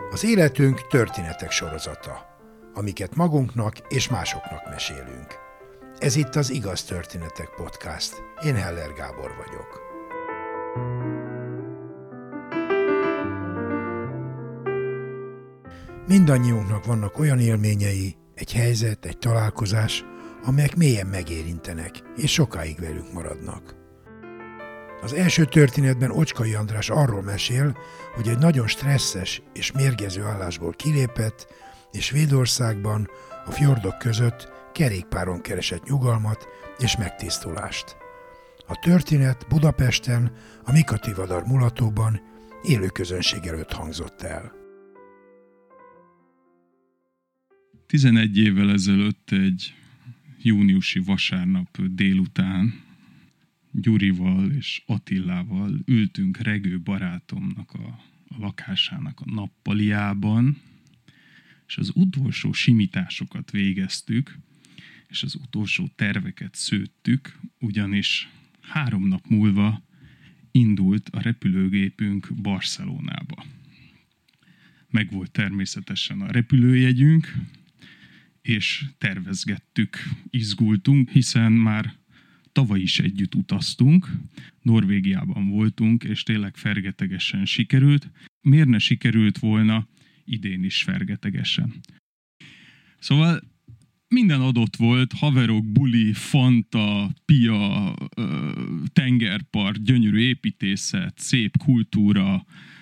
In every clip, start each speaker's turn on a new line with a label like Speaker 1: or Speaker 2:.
Speaker 1: Az életünk történetek sorozata, amiket magunknak és másoknak mesélünk. Ez itt az Igaz Történetek Podcast. Én Heller Gábor vagyok. Mindannyiunknak vannak olyan élményei, egy helyzet, egy találkozás, amelyek mélyen megérintenek, és sokáig velünk maradnak. Az első történetben Ocskai András arról mesél, hogy egy nagyon stresszes és mérgező állásból kilépett, és Svédországban, a fjordok között kerékpáron keresett nyugalmat és megtisztulást. A történet Budapesten, a Mikativadar mulatóban élő közönség előtt hangzott el.
Speaker 2: 11 évvel ezelőtt egy júniusi vasárnap délután Gyurival és Attilával ültünk Regő barátomnak a lakásának a nappaliában, és az utolsó simításokat végeztük, és az utolsó terveket szőttük, ugyanis 3 nap múlva indult a repülőgépünk Barcelonába. Megvolt természetesen a repülőjegyünk, és tervezgettük, izgultunk, hiszen már tavaly is együtt utaztunk, Norvégiában voltunk, és tényleg fergetegesen sikerült. Miért ne sikerült volna idén is fergetegesen? Szóval minden adott volt, haverok, buli, fanta, pia, tengerpart, gyönyörű építészet, szép kultúra,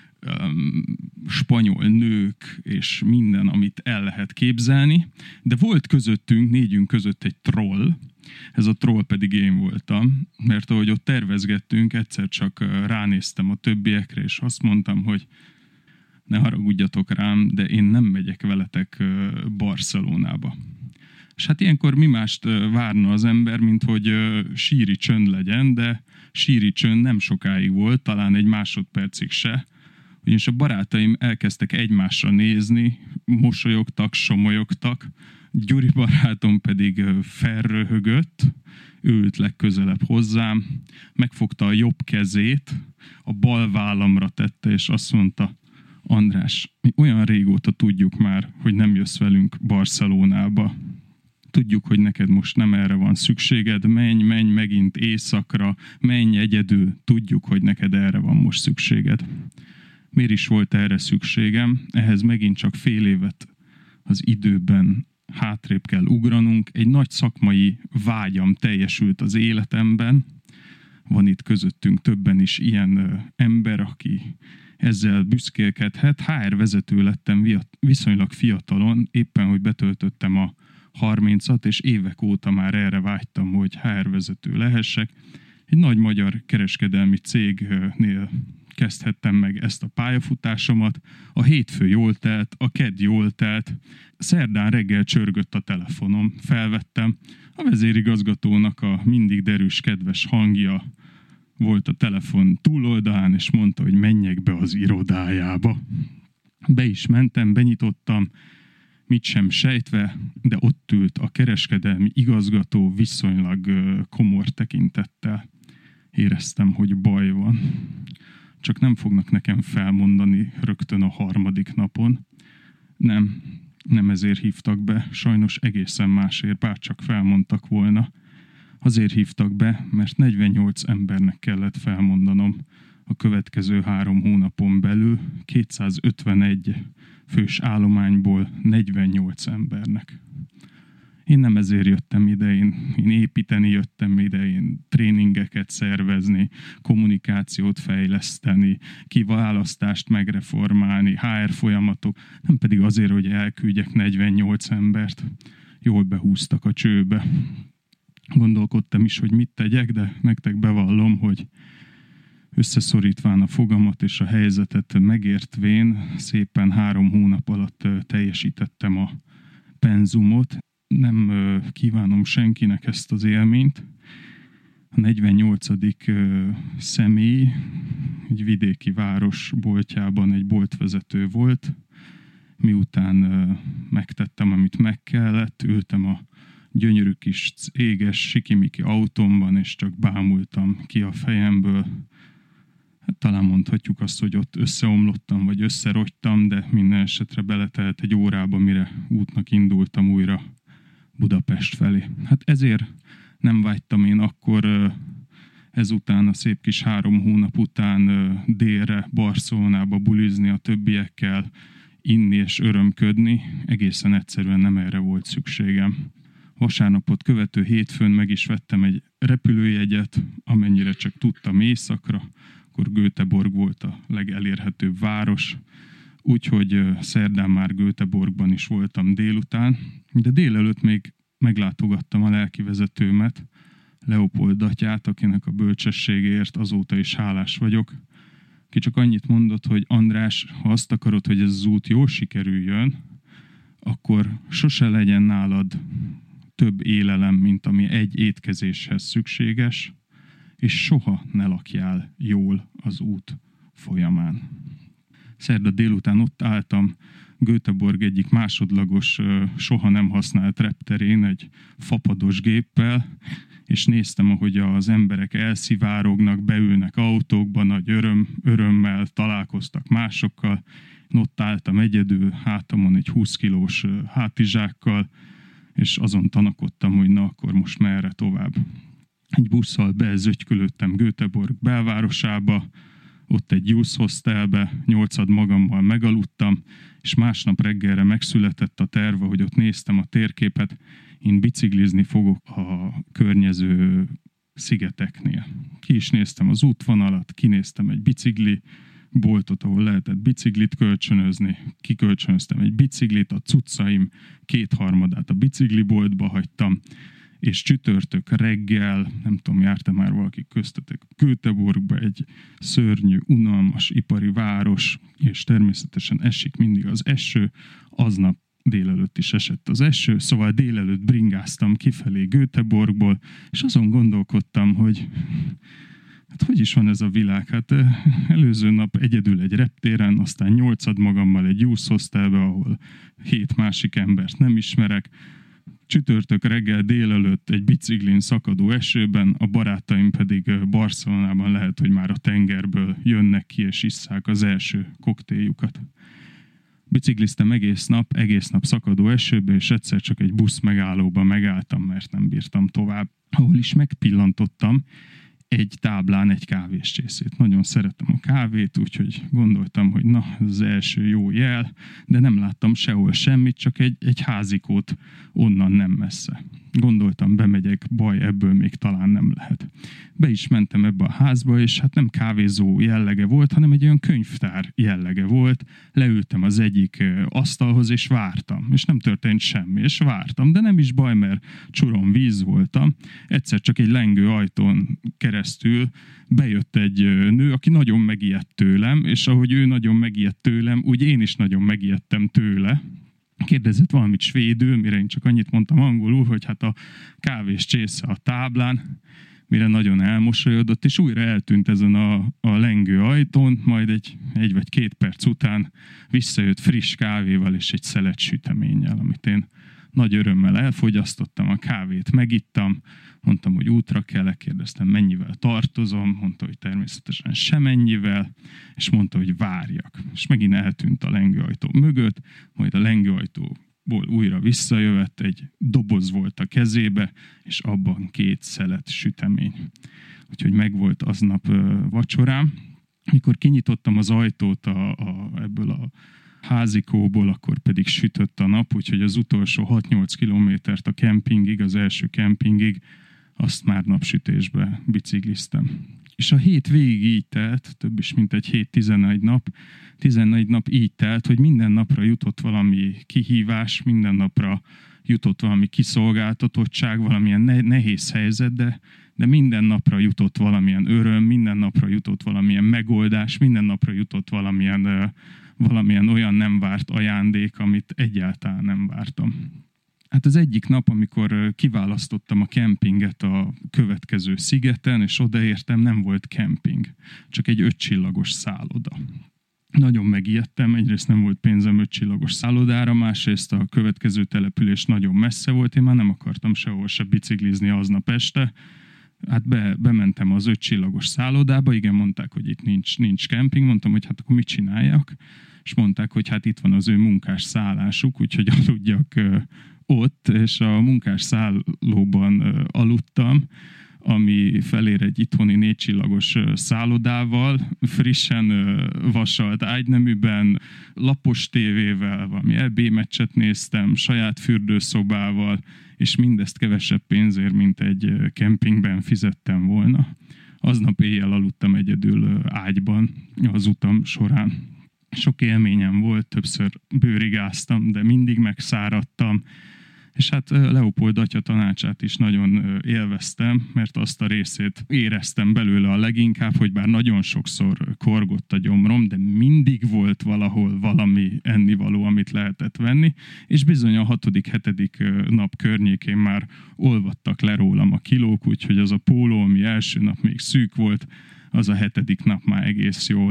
Speaker 2: spanyol nők, és minden, amit el lehet képzelni. De volt közöttünk, 4 között egy troll, ez a troll pedig én voltam, mert ahogy ott tervezgettünk, egyszer csak ránéztem a többiekre, és azt mondtam, hogy ne haragudjatok rám, de én nem megyek veletek Barcelonába. És hát ilyenkor mi mást várna az ember, mint hogy síri csönd legyen, de síri csönd nem sokáig volt, talán egy másodpercig se, ugyanis a barátaim elkezdtek egymásra nézni, mosolyogtak, somolyogtak, Gyuri barátom pedig felröhögött, ő ült legközelebb hozzám, megfogta a jobb kezét, a bal vállamra tette, és azt mondta: András, mi olyan régóta tudjuk már, hogy nem jössz velünk Barcelonába. Tudjuk, hogy neked most nem erre van szükséged, menj megint éjszakra, menj egyedül, tudjuk, hogy neked erre van most szükséged. Miért is volt erre szükségem? Ehhez megint csak fél évet az időben hátrébb kell ugranunk. Egy nagy szakmai vágyam teljesült az életemben. Van itt közöttünk többen is ilyen ember, aki ezzel büszkélkedhet. HR vezető lettem viszonylag fiatalon, éppen hogy betöltöttem a 30-at, és évek óta már erre vágytam, hogy HR vezető lehessek. Egy nagy magyar kereskedelmi cégnél kezdhettem meg ezt a pályafutásomat. A hétfő jól telt, a kedd jól telt. Szerdán reggel csörgött a telefonom, felvettem. A vezérigazgatónak a mindig derűs, kedves hangja volt a telefon túloldalán, és mondta, hogy menjek be az irodájába. Be is mentem, benyitottam, mit sem sejtve, de ott ült a kereskedelmi igazgató viszonylag komor tekintettel. Éreztem, hogy baj van. Csak nem fognak nekem felmondani rögtön a 3. napon. Nem ezért hívtak be, sajnos egészen másért, bárcsak felmondtak volna. Azért hívtak be, mert 48 embernek kellett felmondanom a következő 3 hónapon belül, 251 fős állományból 48 embernek. Én nem ezért jöttem ide, én építeni jöttem ide, én tréningeket szervezni, kommunikációt fejleszteni, kiválasztást megreformálni, HR folyamatok, nem pedig azért, hogy elküldjek 48 embert. Jól behúztak a csőbe. Gondolkodtam is, hogy mit tegyek, de nektek bevallom, hogy összeszorítván a fogamat és a helyzetet megértvén szépen 3 hónap alatt teljesítettem a penzumot. Nem kívánom senkinek ezt az élményt. A 48. személy egy vidéki város boltjában egy boltvezető volt. Miután megtettem, amit meg kellett, ültem a gyönyörű kis éges sikimiki autómban, és csak bámultam ki a fejemből Hát talán mondhatjuk azt, hogy ott összeomlottam, vagy összerogytam, de minden esetre beletelt egy órába, mire útnak indultam újra Budapest felé. Hát ezért nem vágytam én akkor ezután a szép kis 3 hónap után délre, Barcelonába bulizni a többiekkel, inni és örömködni. Egészen egyszerűen nem erre volt szükségem. Vasárnapot követő hétfőn meg is vettem egy repülőjegyet, amennyire csak tudtam északra, akkor Göteborg volt a legelérhetőbb város, úgyhogy szerdán már Göteborgban is voltam délután, de délelőtt még meglátogattam a lelkivezetőmet, Leopold atyát, akinek a bölcsességért azóta is hálás vagyok, ki csak annyit mondott, hogy András, ha azt akarod, hogy ez az út jól sikerüljön, akkor sose legyen nálad több élelem, mint ami egy étkezéshez szükséges, és soha ne lakjál jól az út folyamán. Szerda délután ott álltam Göteborg egyik másodlagos, soha nem használt repterén egy fapados géppel, és néztem, ahogy az emberek elszivárognak, beülnek autókba, nagy örömmel találkoztak másokkal. Én ott álltam egyedül, hátamon egy 20 kilós hátizsákkal, és azon tanakodtam, hogy na akkor most merre tovább. Egy busszal bezögykölődtem Göteborg belvárosába, ott egy youth hostelbe, 8 magammal megaludtam, és másnap reggelre megszületett a terve, hogy ott néztem a térképet, én biciklizni fogok a környező szigeteknél. Ki is néztem az útvonalat, kinéztem egy bicikli boltot, ahol lehetett biciklit kölcsönözni, kikölcsönöztem egy biciklit, a cuccaim 2/3 a bicikliboltba hagytam, és csütörtök reggel, nem tudom, járta már valaki köztetek Göteborgba, egy szörnyű, unalmas ipari város, és természetesen esik mindig az eső, aznap délelőtt is esett az eső, szóval délelőtt bringáztam kifelé Göteborgból, és azon gondolkodtam, hogy hát hogy is van ez a világ? Hát előző nap egyedül egy reptéren, aztán 8 magammal egy youth hostelbe, ahol 7 másik embert nem ismerek, csütörtök reggel délelőtt egy biciklin szakadó esőben, a barátaim pedig Barcelonában lehet, hogy már a tengerből jönnek ki és isszák az első koktéljukat. Bicikliztem egész nap szakadó esőbe, és egyszer csak egy busz megállóban megálltam, mert nem bírtam tovább, ahol is megpillantottam egy táblán egy kávéscsészét. Nagyon szeretem a kávét, úgyhogy gondoltam, hogy na, ez az első jó jel, de nem láttam sehol semmit, csak egy házikót onnan nem messze. Gondoltam, bemegyek, baj, ebből még talán nem lehet. Be is mentem ebbe a házba, és hát nem kávézó jellege volt, hanem egy olyan könyvtár jellege volt. Leültem az egyik asztalhoz, és vártam, és nem történt semmi, és vártam, de nem is baj, mert csuron víz voltam. Egyszer csak egy lengő ajtón keresztül bejött egy nő, aki nagyon megijedt tőlem, és ahogy ő nagyon megijedt tőlem, úgy én is nagyon megijedtem tőle. Kérdezett valamit svédül, mire én csak annyit mondtam angolul, hogy hát a kávés csésze a táblán, mire nagyon elmosolyodott, és újra eltűnt ezen a lengő ajtón, majd egy vagy 2 perc után visszajött friss kávéval és egy szelet süteménnyel, amit én nagy örömmel elfogyasztottam, a kávét megittam, mondtam, hogy útra kell, kérdeztem, mennyivel tartozom, mondta, hogy természetesen semennyivel, és mondta, hogy várjak. És megint eltűnt a lengőajtó mögött, majd a lengőajtóból újra visszajövett, egy doboz volt a kezébe, és abban 2 szelet sütemény. Úgyhogy megvolt aznap vacsorám. Mikor kinyitottam az ajtót ebből a házikóból, akkor pedig sütött a nap, úgyhogy az utolsó 6-8 kilométert a kempingig, az első kempingig, azt már napsütésbe bicikliztem. És a hét végig így telt, több is mint egy 7-11 nap. 14 nap így telt, hogy minden napra jutott valami kihívás, minden napra jutott valami kiszolgáltatottság, valamilyen nehéz helyzet, de minden napra jutott valamilyen öröm, minden napra jutott valamilyen megoldás, minden napra jutott valamilyen olyan nem várt ajándék, amit egyáltalán nem vártam. Hát az egyik nap, amikor kiválasztottam a kempinget a következő szigeten, és odaértem, nem volt kemping, csak egy 5 csillagos szálloda. Nagyon megijedtem, egyrészt nem volt pénzem 5 csillagos szállodára, másrészt a következő település nagyon messze volt, én már nem akartam sehol se biciklizni aznap este, Hát bementem az 5 csillagos szállodába, igen, mondták, hogy itt nincs kemping, mondtam, hogy hát akkor mit csináljak, és mondták, hogy hát itt van az ő munkás szállásuk, úgyhogy aludjak ott, és a munkás szállóban aludtam, ami felér egy itthoni 4 csillagos szállodával, frissen vasalt ágyneműben, lapos tévével, valami EB-meccset néztem, saját fürdőszobával, és mindezt kevesebb pénzért, mint egy kempingben fizettem volna. Aznap éjjel aludtam egyedül ágyban az utam során. Sok élményem volt, többször bőrigáztam, de mindig megszáradtam, és hát Leopold atya tanácsát is nagyon élveztem, mert azt a részét éreztem belőle a leginkább, hogy bár nagyon sokszor korgott a gyomrom, de mindig volt valahol valami ennivaló, amit lehetett venni, és bizony a 6.-7. nap környékén már olvadtak le rólam a kilók, úgyhogy az a póló, ami első nap még szűk volt, az a 7. nap már egész jól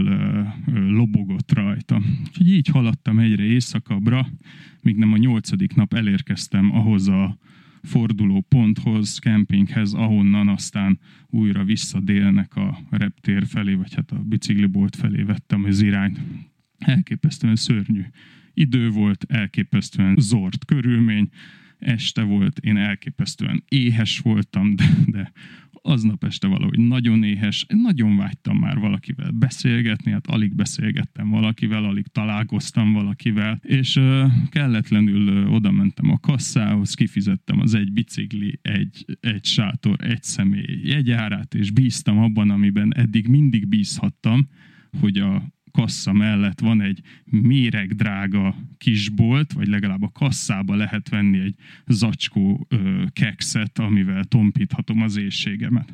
Speaker 2: lobogott rajta. Úgyhogy így haladtam egyre északabbra, míg nem a 8. nap elérkeztem ahhoz a forduló ponthoz, kempinghez, ahonnan aztán újra vissza délnek a reptér felé, vagy hát a biciklibolt felé vettem az irányt. Elképesztően szörnyű idő volt, elképesztően zord körülmény, este volt, én elképesztően éhes voltam, de aznap este valahogy nagyon éhes, nagyon vágytam már valakivel beszélgetni, hát alig beszélgettem valakivel, alig találkoztam valakivel, és kelletlenül oda mentem a kasszához, kifizettem az egy bicikli, egy sátor, egy személy jegyárát, és bíztam abban, amiben eddig mindig bízhattam, hogy a kassa mellett van egy méregdrága kisbolt, vagy legalább a kasszába lehet venni egy zacskó kekszet, amivel tompíthatom az éhségemet.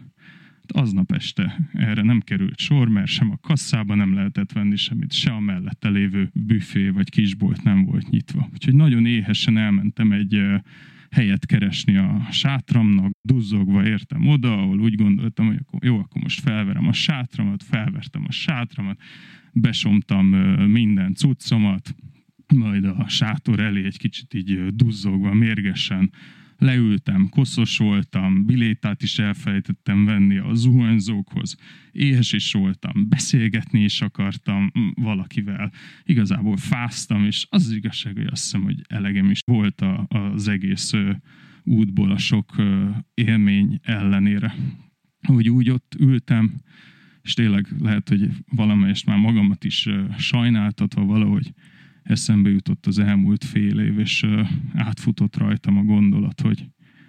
Speaker 2: Aznap este erre nem került sor, mert sem a kasszába nem lehetett venni semmit, se a mellette lévő büfé vagy kisbolt nem volt nyitva. Úgyhogy nagyon éhesen elmentem egy helyet keresni a sátramnak, duzzogva értem oda, ahol úgy gondoltam, hogy akkor most felverem a sátramat, felvertem a sátramat, besomtam minden cuccomat, majd a sátor elé egy kicsit így duzzogva, mérgesen leültem, koszos voltam, bilétát is elfelejtettem venni a zuhanyzókhoz, éhes is voltam, beszélgetni is akartam valakivel, igazából fáztam, és az igazság, hogy azt hiszem, hogy elegem is volt az egész útból a sok élmény ellenére. Hogy úgy ott ültem, és tényleg lehet, hogy valamelyest már magamat is sajnáltatva valahogy eszembe jutott az elmúlt fél év, és átfutott rajtam a gondolat, hogy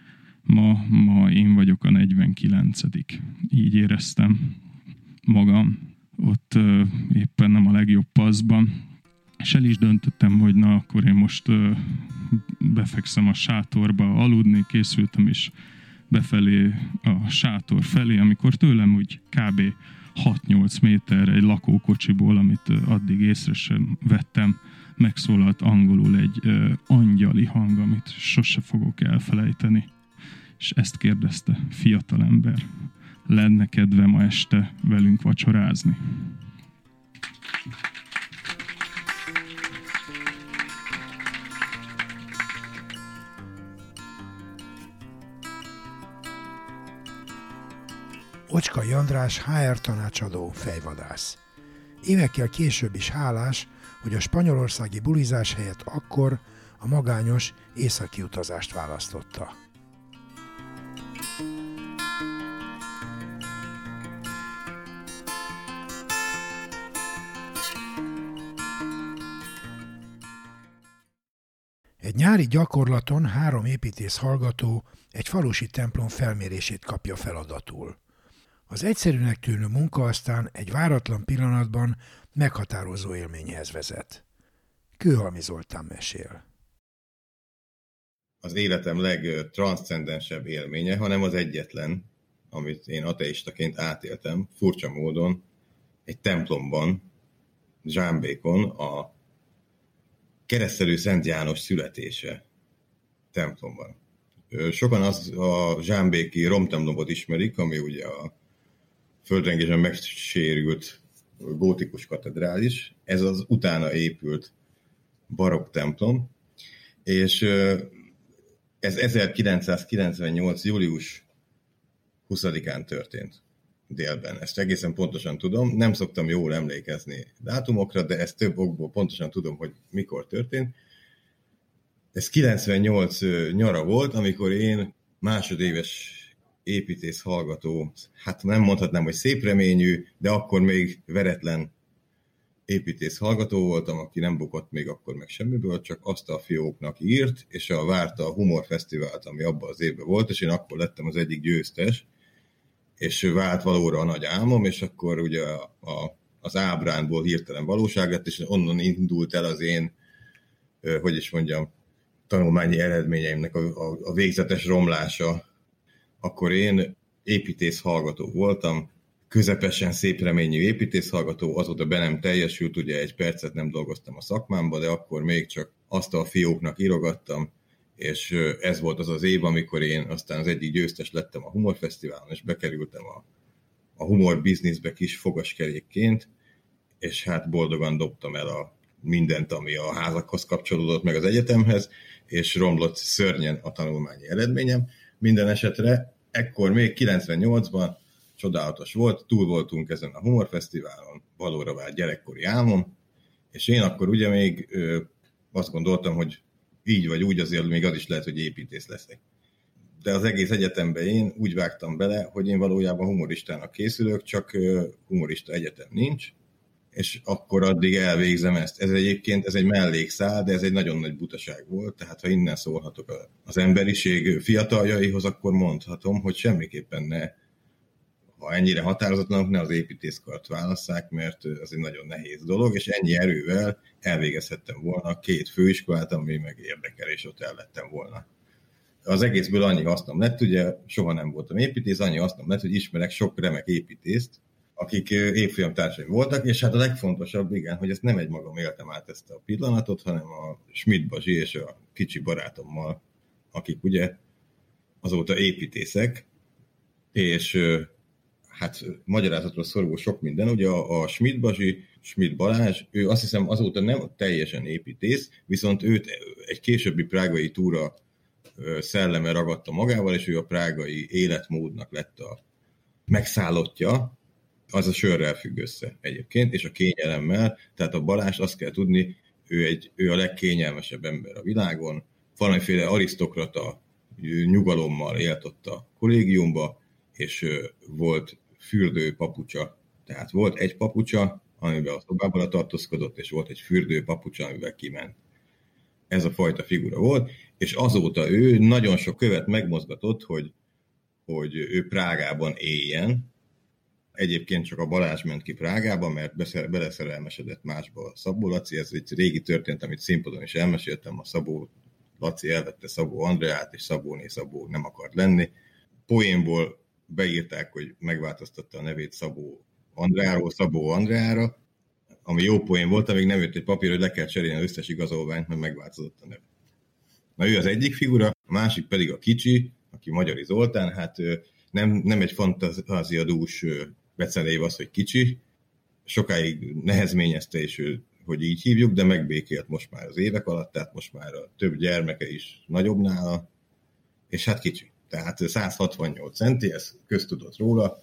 Speaker 2: ma én vagyok a 49. Így éreztem magam ott éppen nem a legjobb paszban, és el is döntöttem, hogy na, akkor én most befekszem a sátorba aludni, készültem is befelé a sátor felé, amikor tőlem úgy kb. 6-8 méterre egy lakókocsiból, amit addig észre sem vettem, megszólalt angolul egy angyali hang, amit sose fogok elfelejteni. És ezt kérdezte: fiatalember, lenne kedve ma este velünk vacsorázni?
Speaker 1: Ocskai András HR tanácsadó, fejvadász. Évekkel később is hálás, hogy a spanyolországi bulizás helyett akkor a magányos északi utazást választotta. Egy nyári gyakorlaton 3 építész hallgató egy falusi templom felmérését kapja feladatul. Az egyszerűnek tűnő munka aztán egy váratlan pillanatban meghatározó élményhez vezet. Kőhalmi Zoltán mesél.
Speaker 3: Az életem legtranszcendensebb élménye, hanem az egyetlen, amit én ateistaként átéltem, furcsa módon, egy templomban, Zsámbékon, a Keresztelő Szent János születése templomban. Sokan a zsámbéki romtemplomot ismerik, ami ugye a földrengésen megsérült gótikus katedrális. Ez az utána épült barokk templom, és ez 1998. július 20-án történt délben. Ezt egészen pontosan tudom, nem szoktam jól emlékezni dátumokra, de ezt több okból pontosan tudom, hogy mikor történt. Ez 98 nyara volt, amikor én másodéves építész hallgató, hát nem mondhatnám, hogy szép reményű, de akkor még veretlen építész hallgató voltam, aki nem bukott még akkor meg semmiből, csak azt a fióknak írt, és várta a Humor Fesztivált, ami abban az évben volt, és én akkor lettem az egyik győztes, és vált valóra a nagy álmom, és akkor ugye az ábránból hirtelen valóság lett, és onnan indult el az én, hogy is mondjam, tanulmányi eredményeimnek a végzetes romlása. Akkor én építész hallgató voltam, közepesen szép reményű építész hallgató, azóta be nem teljesült, ugye egy percet nem dolgoztam a szakmámba, de akkor még csak azt a fióknak írogattam, és ez volt az az év, amikor én aztán az egyik győztes lettem a Humor Fesztiválon, és bekerültem a humor bizniszbe kis fogaskerékként, és hát boldogan dobtam el mindent, ami a házakhoz kapcsolódott, meg az egyetemhez, és romlott szörnyen a tanulmányi eredményem. Minden esetre ekkor még 98-ban csodálatos volt, túl voltunk ezen a Humor Fesztiválon, valóra vált gyerekkori álmom, és én akkor ugye még azt gondoltam, hogy így vagy úgy azért még az is lehet, hogy építész leszek. De az egész egyetemben én úgy vágtam bele, hogy én valójában humoristának készülök, csak humorista egyetem nincs, és akkor addig elvégzem ezt. Ez egyébként ez egy mellékszál, de ez egy nagyon nagy butaság volt, tehát ha innen szólhatok az emberiség fiataljaihoz, akkor mondhatom, hogy semmiképpen ne, ha ennyire határozatlanok, ne az építészkart válasszák, mert az egy nagyon nehéz dolog, és ennyi erővel elvégezhettem volna 2 főiskolát, ami meg érdekel, és ott el lettem volna. Az egészből annyi hasznom lett, ugye soha nem voltam építész, annyi hasznom lett, hogy ismerek sok remek építészt, akik évfolyam társaim voltak, és hát a legfontosabb, igen, hogy ezt nem egymagam éltem át ezt a pillanatot, hanem a Schmidt Bazsi és a kicsi barátommal, akik ugye azóta építészek, és hát magyarázatról szorul sok minden, ugye a Schmidt Bazsi, Schmidt Balázs, ő azt hiszem azóta nem teljesen építész, viszont őt egy későbbi prágai túra szelleme ragadta magával, és ő a prágai életmódnak lett a megszállottja, az a sörrel függ össze egyébként, és a kényelemmel, tehát a Balázs azt kell tudni, ő a legkényelmesebb ember a világon, valamiféle arisztokrata nyugalommal élt ott a kollégiumba, és volt fürdő papucsa, tehát volt egy papucsa, amivel a szobában tartózkodott, és volt egy fürdő papucsa, amivel kiment. Ez a fajta figura volt, és azóta ő nagyon sok követ megmozgatott, hogy ő Prágában éljen. Egyébként csak a Balázs ment ki Prágába, mert beleszerelmesedett másba a Szabó Laci. Ez egy régi történet, amit színpadon is elmeséltem. A Szabó Laci elvette Szabó Andreát, és Szabó nem akart lenni. Poénból beírták, hogy megváltoztatta a nevét Szabó Andreáról Szabó Andreára, ami jó poén volt, amíg nem jött egy papír, hogy le kell cserélni az összes igazolványt, mert megváltozott a neve. Na ő az egyik figura, a másik pedig a kicsi, aki Magyari Zoltán, hát nem egy fantáziadús becelév az, hogy kicsi, sokáig nehezményezte, és hogy így hívjuk, de megbékélt most már az évek alatt, tehát most már a több gyermeke is nagyobb nála, és hát kicsi. Tehát 168 centi, ez köztudott róla,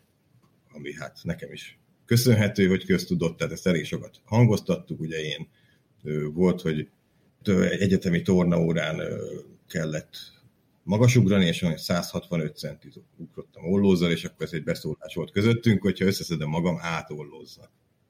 Speaker 3: ami hát nekem is köszönhető, hogy köztudott, tehát ezt elég sokat hangoztattuk, ugye én volt, hogy egyetemi tornaórán kellett magasugrani, és 165 centit ugrottam ollózzal, és akkor ez egy beszólás volt közöttünk, hogyha összeszedem magam, átollózzak.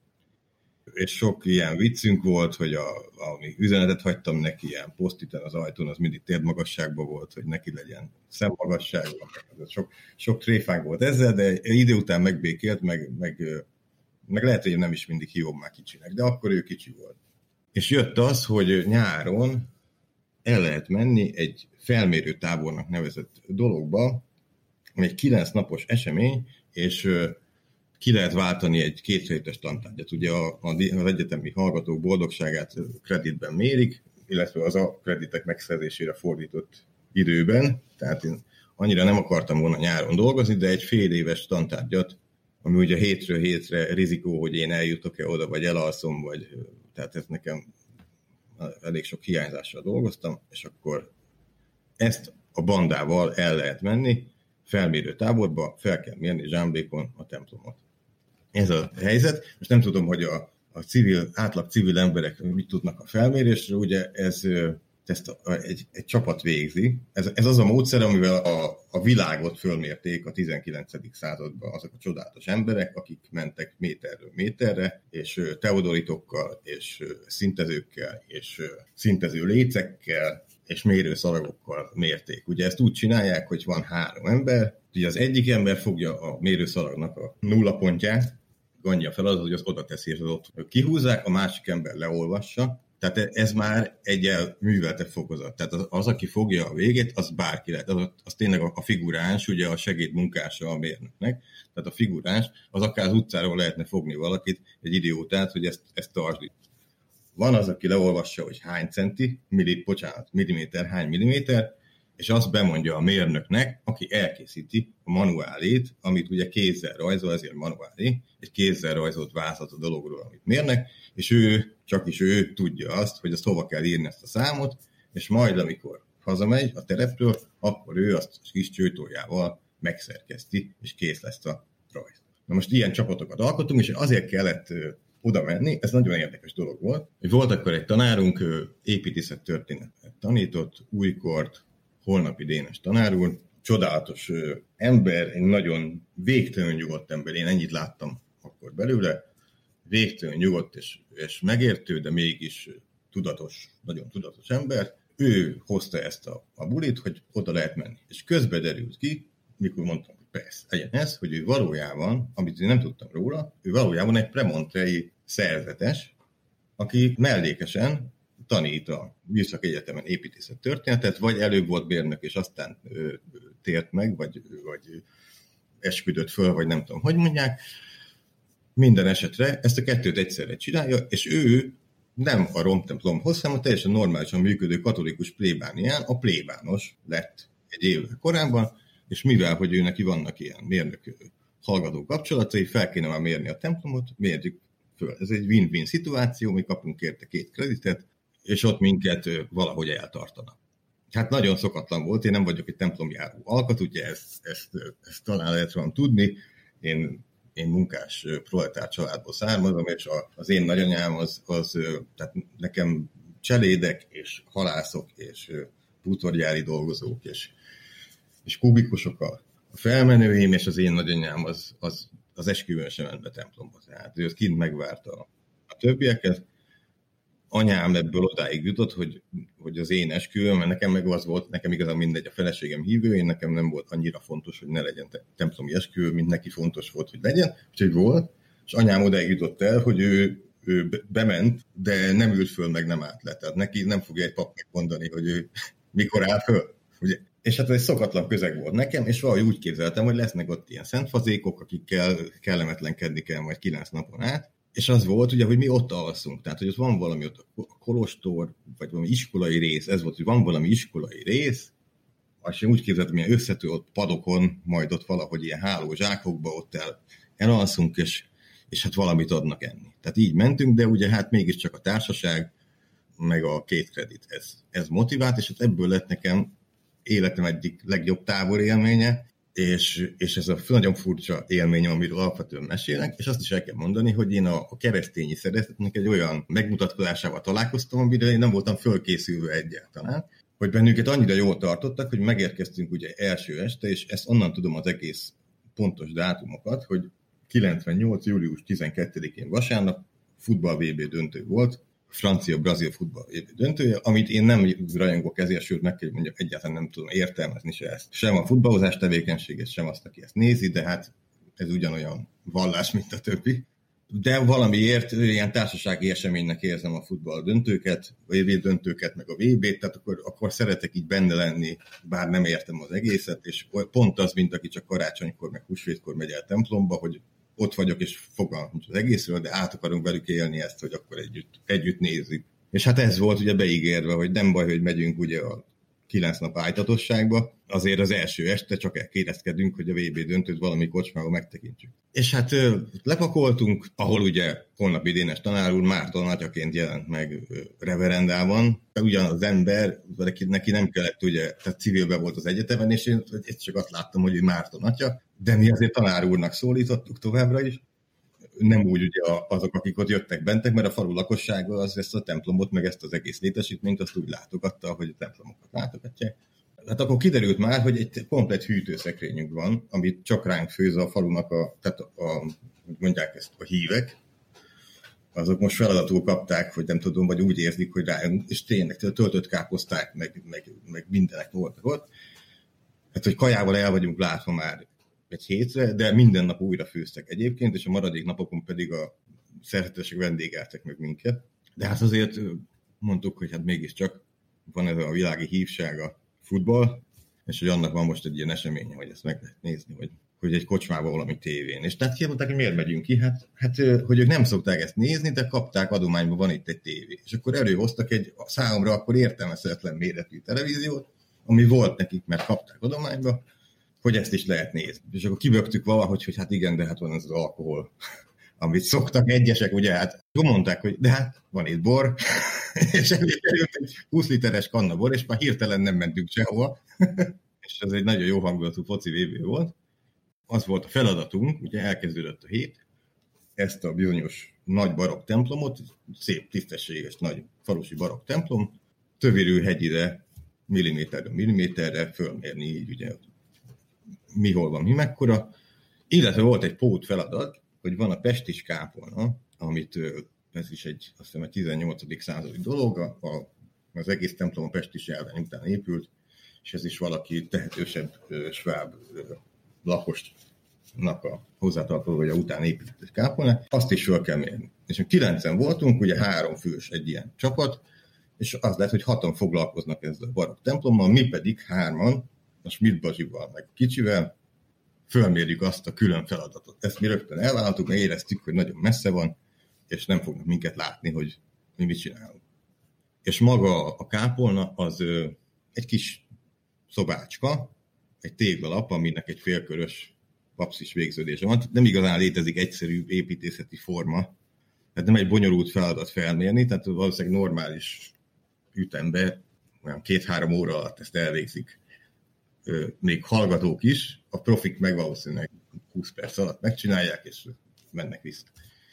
Speaker 3: És sok ilyen viccünk volt, hogy ami üzenetet hagytam neki, ilyen posztiten az ajtón, az mindig térdmagasságban volt, hogy neki legyen szemmagasságban. Sok tréfánk volt ezzel, de idő után megbékélt, meg lehet, hogy nem is mindig hívom már kicsinek, de akkor ő kicsi volt. És jött az, hogy nyáron el lehet menni egy felmérő tábornak nevezett dologba, ami egy 9 napos esemény, és ki lehet váltani egy 2 hétes tantárgyat. Ugye az egyetemi hallgatók boldogságát kreditben mérik, illetve az a kreditek megszerzésére fordított időben, tehát én annyira nem akartam volna nyáron dolgozni, de egy fél éves tantárgyat, ami ugye hétről hétre rizikó, hogy én eljutok-e oda, vagy elalszom, vagy tehát ez nekem elég sok hiányzással dolgoztam, és akkor ezt a bandával el lehet menni, felmérő táborba, fel kell mérni zsámbékon a templomot. Ez a helyzet. Most nem tudom, hogy átlag civil emberek mit tudnak a felmérésről, ugye ezt egy csapat végzi. Ez az a módszer, amivel a világot fölmérték a 19. században azok a csodálatos emberek, akik mentek méterről méterre, és teodolitokkal, és szintezőkkel, és szintező lécekkel, és mérőszalagokkal mérték. Ugye ezt úgy csinálják, hogy van 3 ember, ugye az egyik ember fogja a mérőszalagnak a nullapontját, annyi a feladat, hogy azt oda teszi, és az ott kihúzzák, a másik ember leolvassa. Tehát ez már egy műveltebb fokozat. Tehát az, aki fogja a végét, az bárki lehet. Az tényleg a figuráns, ugye a segédmunkása a mérnöknek. Tehát a figuráns, az akár az utcáról lehetne fogni valakit, egy idiótát, hogy ezt tartsd. Van az, aki leolvassa, hogy hány centi, milliméter, hány milliméter, és azt bemondja a mérnöknek, aki elkészíti a manuálét, amit ugye kézzel rajzol, ezért manuálé, egy kézzel rajzolt vázlat a dologról, amit mérnek, és csak is ő tudja azt, hogy azt hova kell írni ezt a számot, és majd amikor hazamegy a terepről, akkor ő azt kis csőtójával megszerkeszti, és kész lesz a rajz. Na most ilyen csapatokat alkotunk, és azért kellett oda menni, ez nagyon érdekes dolog volt. Volt akkor egy tanárunk, építészettörténetet tanított, újkort, Holnapi Dénes tanár úr, csodálatos ember, egy nagyon végtelenül nyugodt ember, én ennyit láttam akkor belőle, végtelenül nyugodt és megértő, de mégis tudatos, nagyon tudatos ember. Ő hozta ezt a bulit, hogy oda lehet menni. És közben derült ki, mikor mondtam, hogy persze, legyen ez, hogy ő valójában, amit én nem tudtam róla, ő valójában egy premontrei szerzetes, aki mellékesen tanít a Műszaki Egyetemen építészettörténetet, vagy előbb volt bérnök, és aztán tért meg, vagy esküdött föl, vagy nem tudom, hogy mondják. Minden esetre ezt a kettőt egyszerre csinálja, és ő nem a romtemplomhoz, hanem a teljesen normálisan működő katolikus plébánián a plébános lett egy évvel korábban, és mivel, hogy ő neki vannak ilyen mérnök hallgató kapcsolatai, fel kéne már mérni a templomot, mérjük föl. Ez egy win-win szituáció, mi kapunk érte 2 kreditet, és ott minket valahogy eltartanak. Hát nagyon szokatlan volt, én nem vagyok egy templomjáró alkat, ugye ezt talán lehet rólam tudni. Én munkás proletár családból származom, és az én nagyanyám tehát nekem cselédek, és halászok, és bútorgyári dolgozók, és kubikusok a felmenőim, és az én nagyanyám az esküvőn sem ment be templomba. Tehát ő kint megvárta a többieket. Anyám ebből odáig jutott, hogy az én esküvőm, mert nekem meg az volt, nekem igazán mindegy, a feleségem hívő, nekem nem volt annyira fontos, hogy ne legyen templomi esküvő, mint neki fontos volt, hogy legyen, úgyhogy volt, és anyám odáig jutott el, hogy ő bement, de nem ült föl, meg nem állt le. Tehát neki nem fogja egy pap megmondani, hogy ő mikor áll föl. Ugye? És hát ez egy szokatlan közeg volt nekem, és valahogy úgy képzeltem, hogy lesznek ott ilyen szentfazékok, akikkel kellemetlenkedni kell majd 9 napon át. És az volt ugye, hogy mi ott alszunk, tehát hogy ott van valami ott a kolostor, vagy valami iskolai rész, ez volt, hogy van valami iskolai rész, és én úgy képzeltem, ilyen összető ott padokon, majd ott valahogy ilyen hálózsákokba ott elalszunk, és hát valamit adnak enni. Tehát így mentünk, de ugye hát mégiscsak a társaság, meg a 2 kredit, ez motivált, és hát ebből lett nekem életem egyik legjobb táborélménye, és ez a nagyon furcsa élmény, amiről alapvetően mesélek, és azt is el kell mondani, hogy én a keresztényi szeretetnek egy olyan megmutatkozásával találkoztam, amire én nem voltam fölkészülve egyáltalán, hogy bennünket annyira jól tartottak, hogy megérkeztünk ugye első este, és ezt onnan tudom az egész pontos dátumokat, hogy 98. július 12-én vasárnap futball VB döntő volt, francia-brazil futball döntője, amit én nem rajongok ezért, sőt meg kell mondjam, egyáltalán nem tudom értelmezni se ezt. Sem a futballozás tevékenységet, sem azt, aki ezt nézi, de hát ez ugyanolyan vallás, mint a többi. De valamiért ilyen társasági eseménynek érzem a futball döntőket, a VB döntőket, meg a VB-t, tehát akkor szeretek így benne lenni, bár nem értem az egészet, és pont az, mint aki csak karácsonykor, meg húsvétkor megy el templomba, hogy ott vagyok, és fogalmam az egészről, de át akarunk velük élni ezt, hogy akkor együtt nézzük. És hát ez volt ugye beígérve, hogy nem baj, hogy megyünk ugye a 9 nap ájtatosságba, azért az első este csak elkérdezkedünk, hogy a VB döntőt valami kocsmában megtekintsük. És hát lepakoltunk, ahol ugye holnapi Dénes tanár úr Márton atyaként jelent meg reverendában. Ugyan az ember, neki nem kellett, ugye, tehát civilben volt az egyetemen, és én csak azt láttam, hogy ő Márton atya, de mi azért tanár úrnak szólítottuk továbbra is. Nem úgy ugye azok, akik ott jöttek bentek, mert a falu lakossága az ezt a templomot, meg ezt az egész létesítményt, azt úgy látogatta, hogy a templomokat látogatják. Hát akkor kiderült már, hogy egy komplett hűtőszekrényünk van, amit csak ránk főz a falunak tehát hogy mondják ezt, a hívek. Azok most feladatul kapták, hogy nem tudom, vagy úgy érzik, hogy rájön, és tényleg töltött káposzták, meg mindenek voltak ott. Hát, hogy kajával el vagyunk látva már egy hétre, de minden nap újra főztek egyébként, és a maradék napokon pedig a szeretetesek vendégeltek meg minket. De hát azért mondtuk, hogy hát mégiscsak van ez a világi hívság a futball, és hogy annak van most egy ilyen eseménye, hogy ezt meg lehet nézni, hogy egy kocsmában valami tévén. És tehát kimondták, hogy miért megyünk ki? Hát, hogy ők nem szokták ezt nézni, de kapták adományba, van itt egy tévé. És akkor előhoztak egy számomra akkor értelmezhetetlen méretű televíziót, ami volt nekik, mert kapták adományba, hogy ezt is lehet nézni. És akkor kibögtük valahogy, hogy hát igen, de hát van ez az alkohol, amit szoktak egyesek, ugye hát mondták, hogy de hát van itt bor, és előkerült egy 20 literes kanna bor, és már hirtelen nem mentünk sehova, és ez egy nagyon jó hangulatú foci VB volt. Az volt a feladatunk, ugye elkezdődött a hét, ezt a bizonyos nagy barokk templomot, szép, tisztességes, nagy falusi barokk templom, Tövirű hegyire, milliméterre fölmérni, így ugye mi hol van, mi mekkora. Illetve volt egy pót feladat, hogy van a pestis kápolna, amit ez is azt hiszem, egy 18. századi dolog, az egész templom a pestis járvány után épült, és ez is valaki tehetősebb sváb lakosnak a hozzátartozója után épített egy kápolna, azt is föl kell mérni. És 9-en voltunk, ugye 3 fős egy ilyen csapat, és az lett, hogy 6-an foglalkoznak ezzel a barokk templommal, mi pedig 3-an, a Schmidt Bazsival, meg kicsivel, fölmérjük azt a külön feladatot. Ezt mi rögtön elvállaltuk, mert éreztük, hogy nagyon messze van, és nem fognak minket látni, hogy mi mit csinálunk. És maga a kápolna az egy kis szobácska, egy téglalap, aminek egy félkörös papszis végződése van. Nem igazán létezik egyszerű építészeti forma, tehát nem egy bonyolult feladat felmérni, tehát valószínűleg normális ütemben, olyan 2-3 óra alatt ezt elvégzik. Még hallgatók is, a profik meg valószínűleg 20 perc alatt megcsinálják, és mennek vissza.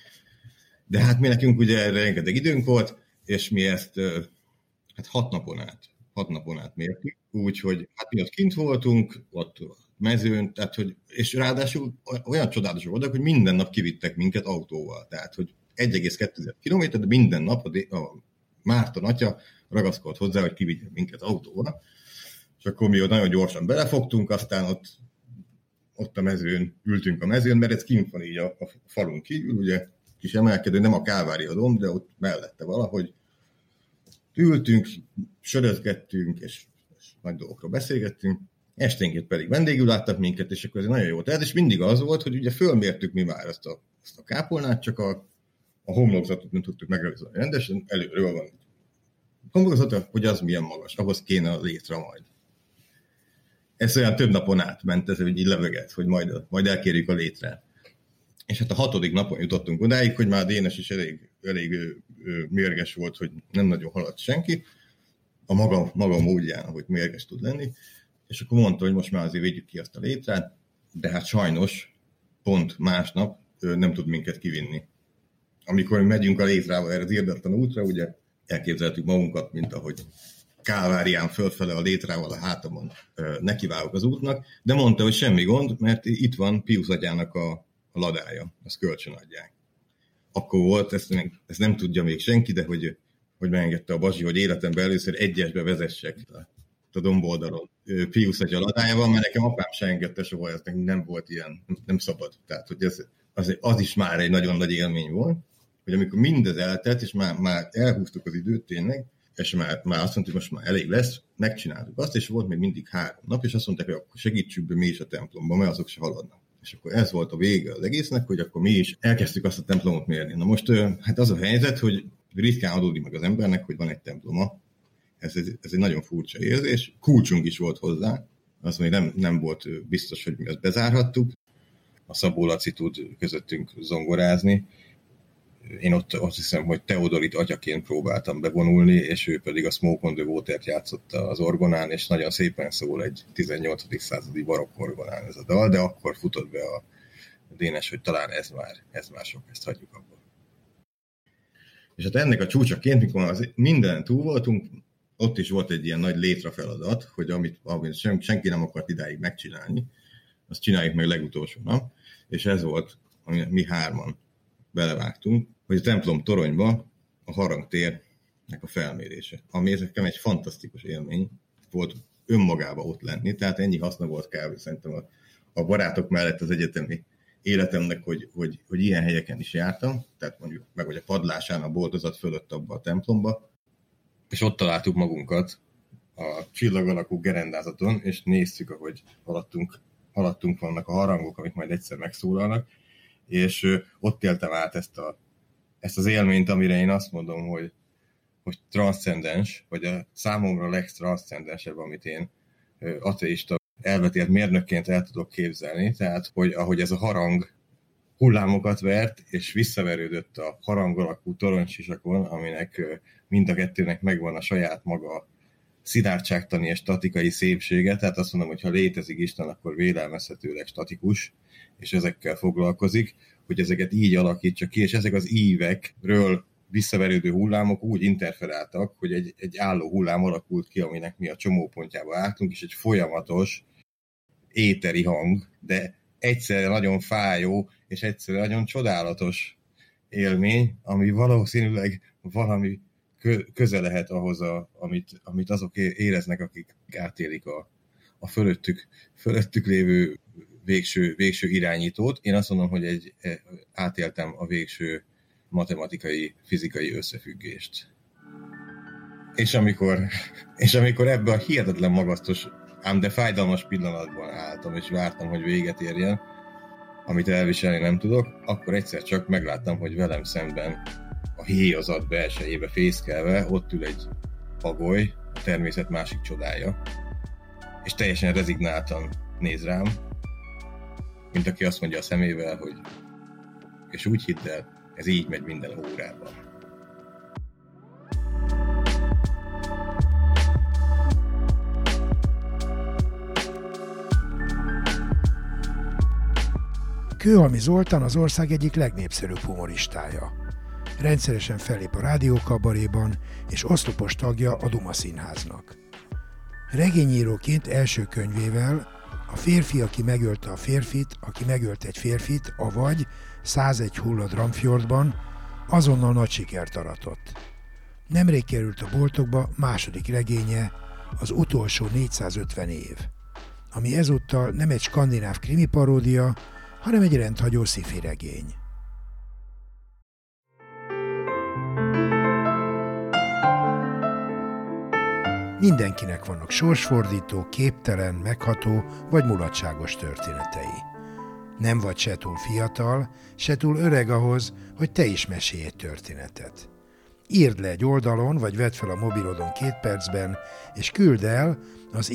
Speaker 3: De hát mi nekünk ugye erre rengeteg időnk volt, és mi ezt hát 6 napon át mértük, úgyhogy hát mi ott kint voltunk, ott mezőn, tehát, hogy, és ráadásul olyan csodálatos voltak, hogy minden nap kivittek minket autóval, tehát, hogy 1,2 km, de minden nap a Márton atya ragaszkodt hozzá, hogy kivigye minket autóval, és akkor mi ott nagyon gyorsan belefogtunk, aztán ott a mezőn, ültünk a mezőn, mert ez kint van így a falun kívül, ugye kis emelkedő, nem a Kálvária domb, de ott mellette valahogy ültünk, sörözgettünk, és nagy dolgokról beszélgettünk, esténként pedig vendégül láttak minket, és akkor ez nagyon jó tehát, és mindig az volt, hogy ugye fölmértük mi már ezt a kápolnát, csak a homlokzatot nem tudtuk megrajzolni rendesen, előről van homlokzata, hogy az milyen magas, ahhoz kéne a létre majd. Ez olyan több napon átment, ez így leveget, hogy majd elkérjük a létre. És hát a 6. napon jutottunk odáig, hogy már Dénes is elég mérges volt, hogy nem nagyon haladt senki, a maga módján, ahogy mérges tud lenni, és akkor mondta, hogy most már azért védjük ki azt a létrát, de hát sajnos pont másnap nem tud minket kivinni. Amikor megyünk a létrával erre az érdetlen útra, ugye elképzeltük magunkat, mint ahogy Kálvárián fölfele a létrával a hátamon nekivágok az útnak, de mondta, hogy semmi gond, mert itt van Piusz atyának a ladája, azt kölcsön adják. Akkor volt, ezt nem tudja még senki, de hogy megengedte a Bazsi, hogy életemben először egyesbe vezessek a domboldalon Piusz atya ladájával, mert nekem apám se engedte soha, ez nem volt ilyen, nem szabad. Tehát, hogy az is már egy nagyon nagy élmény volt, hogy amikor mindez eltelt, és már elhúztuk az időt tényleg, és már azt mondtuk, hogy most már elég lesz, megcsináltuk azt, és volt még mindig 3 nap, és azt mondták, hogy akkor segítsük be mi is a templomba, mert azok se haladnak. És akkor ez volt a vége az egésznek, hogy akkor mi is elkezdtük azt a templomot mérni. Na most hát az a helyzet, hogy ritkán adódik meg az embernek, hogy van egy temploma, Ez egy nagyon furcsa érzés. Kulcsunk is volt hozzá, az még nem volt biztos, hogy mi ezt bezárhattuk. A Szabó Laci tud közöttünk zongorázni. Én ott azt hiszem, hogy Teodorit atyaként próbáltam bevonulni, és ő pedig a Smoke on the Water-t játszotta az orgonán, és nagyon szépen szól egy 18. századi barokk orgonán ez a dal, de akkor futott be a Dénes, hogy talán ez már sok, ezt hagyjuk abban. És hát ennek a csúcsaként, mikor minden túl voltunk, ott is volt egy ilyen nagy létrafeladat, hogy amit senki nem akart idáig megcsinálni, azt csináljuk meg legutolsó nap, és ez volt, amit mi 3-an belevágtunk, hogy a templom toronyba a harangtérnek a felmérése, ami nekem egy fantasztikus élmény volt önmagába ott lenni, tehát ennyi haszna volt kb. Szerintem a barátok mellett az egyetemi életemnek, hogy ilyen helyeken is jártam, tehát mondjuk meg, hogy a padlásán, a boltozat fölött abba a templomba, és ott találtuk magunkat a csillag alakú gerendázaton, és néztük, ahogy haladtunk vannak a harangok, amik majd egyszer megszólalnak, és ott éltem át ezt az élményt, amire én azt mondom, hogy transzcendens, vagy a számomra legtranszcendensebb, amit én ateista elvetélt mérnökként el tudok képzelni, tehát hogy ahogy ez a harang hullámokat vert, és visszaverődött a harang alakú toronysisakon, aminek mind a kettőnek megvan a saját maga szilárdságtani és statikai szépsége, tehát azt mondom, hogy ha létezik Isten, akkor vélelmezhetőleg statikus, és ezekkel foglalkozik, hogy ezeket így alakítsa ki, és ezek az ívekről visszaverődő hullámok úgy interferáltak, hogy egy álló hullám alakult ki, aminek mi a csomópontjába álltunk, és egy folyamatos éteri hang, de egyszerre nagyon fájó, és egyszerre nagyon csodálatos élmény, ami valószínűleg valami köze lehet ahhoz, amit azok éreznek, akik átélik a fölöttük lévő végső irányítót. Én azt mondom, hogy átéltem a végső matematikai, fizikai összefüggést. És amikor ebbe a hihetetlen magasztos, ám de fájdalmas pillanatban álltam, és vártam, hogy véget érjen, amit elviselni nem tudok, akkor egyszer csak megláttam, hogy velem szemben a héjazat belsejébe fészkelve ott ül egy pagoly, a természet másik csodája, és teljesen rezignáltan néz rám, mint aki azt mondja a szemével, hogy és úgy hidd el, ez így megy minden órában.
Speaker 1: Kőhalmi Zoltán az ország egyik legnépszerűbb humoristája. Rendszeresen fellép a rádiókabaréban, és oszlopos tagja a Duma Színháznak. Regényíróként első könyvével A férfi, aki megölte a férfit, aki megölte egy férfit, avagy 101 hullad Ramfjordban azonnal nagy sikert aratott. Nemrég került a boltokba második regénye, Az utolsó 450 év, ami ezúttal nem egy skandináv krimi paródia, hanem egy rendhagyó sci-fi regény. Mindenkinek vannak sorsfordító, képtelen, megható vagy mulatságos történetei. Nem vagy se túl fiatal, se túl öreg ahhoz, hogy te is mesélj egy történetet. Írd le egy oldalon, vagy vedd fel a mobilodon 2 percben, és küldd el az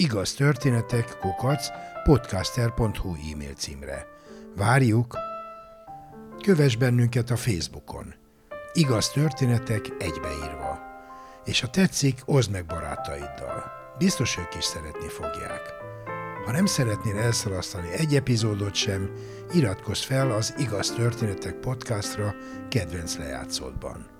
Speaker 1: igaztörténetek@podcaster.hu e-mail címre. Várjuk! Kövess bennünket a Facebookon. Igaz történetek egybeírva. És ha tetszik, oszd meg barátaiddal. Biztos ők is szeretni fogják. Ha nem szeretnél elszalasztani egy epizódot sem, iratkozz fel az Igaz Történetek podcastra kedvenc lejátszódban.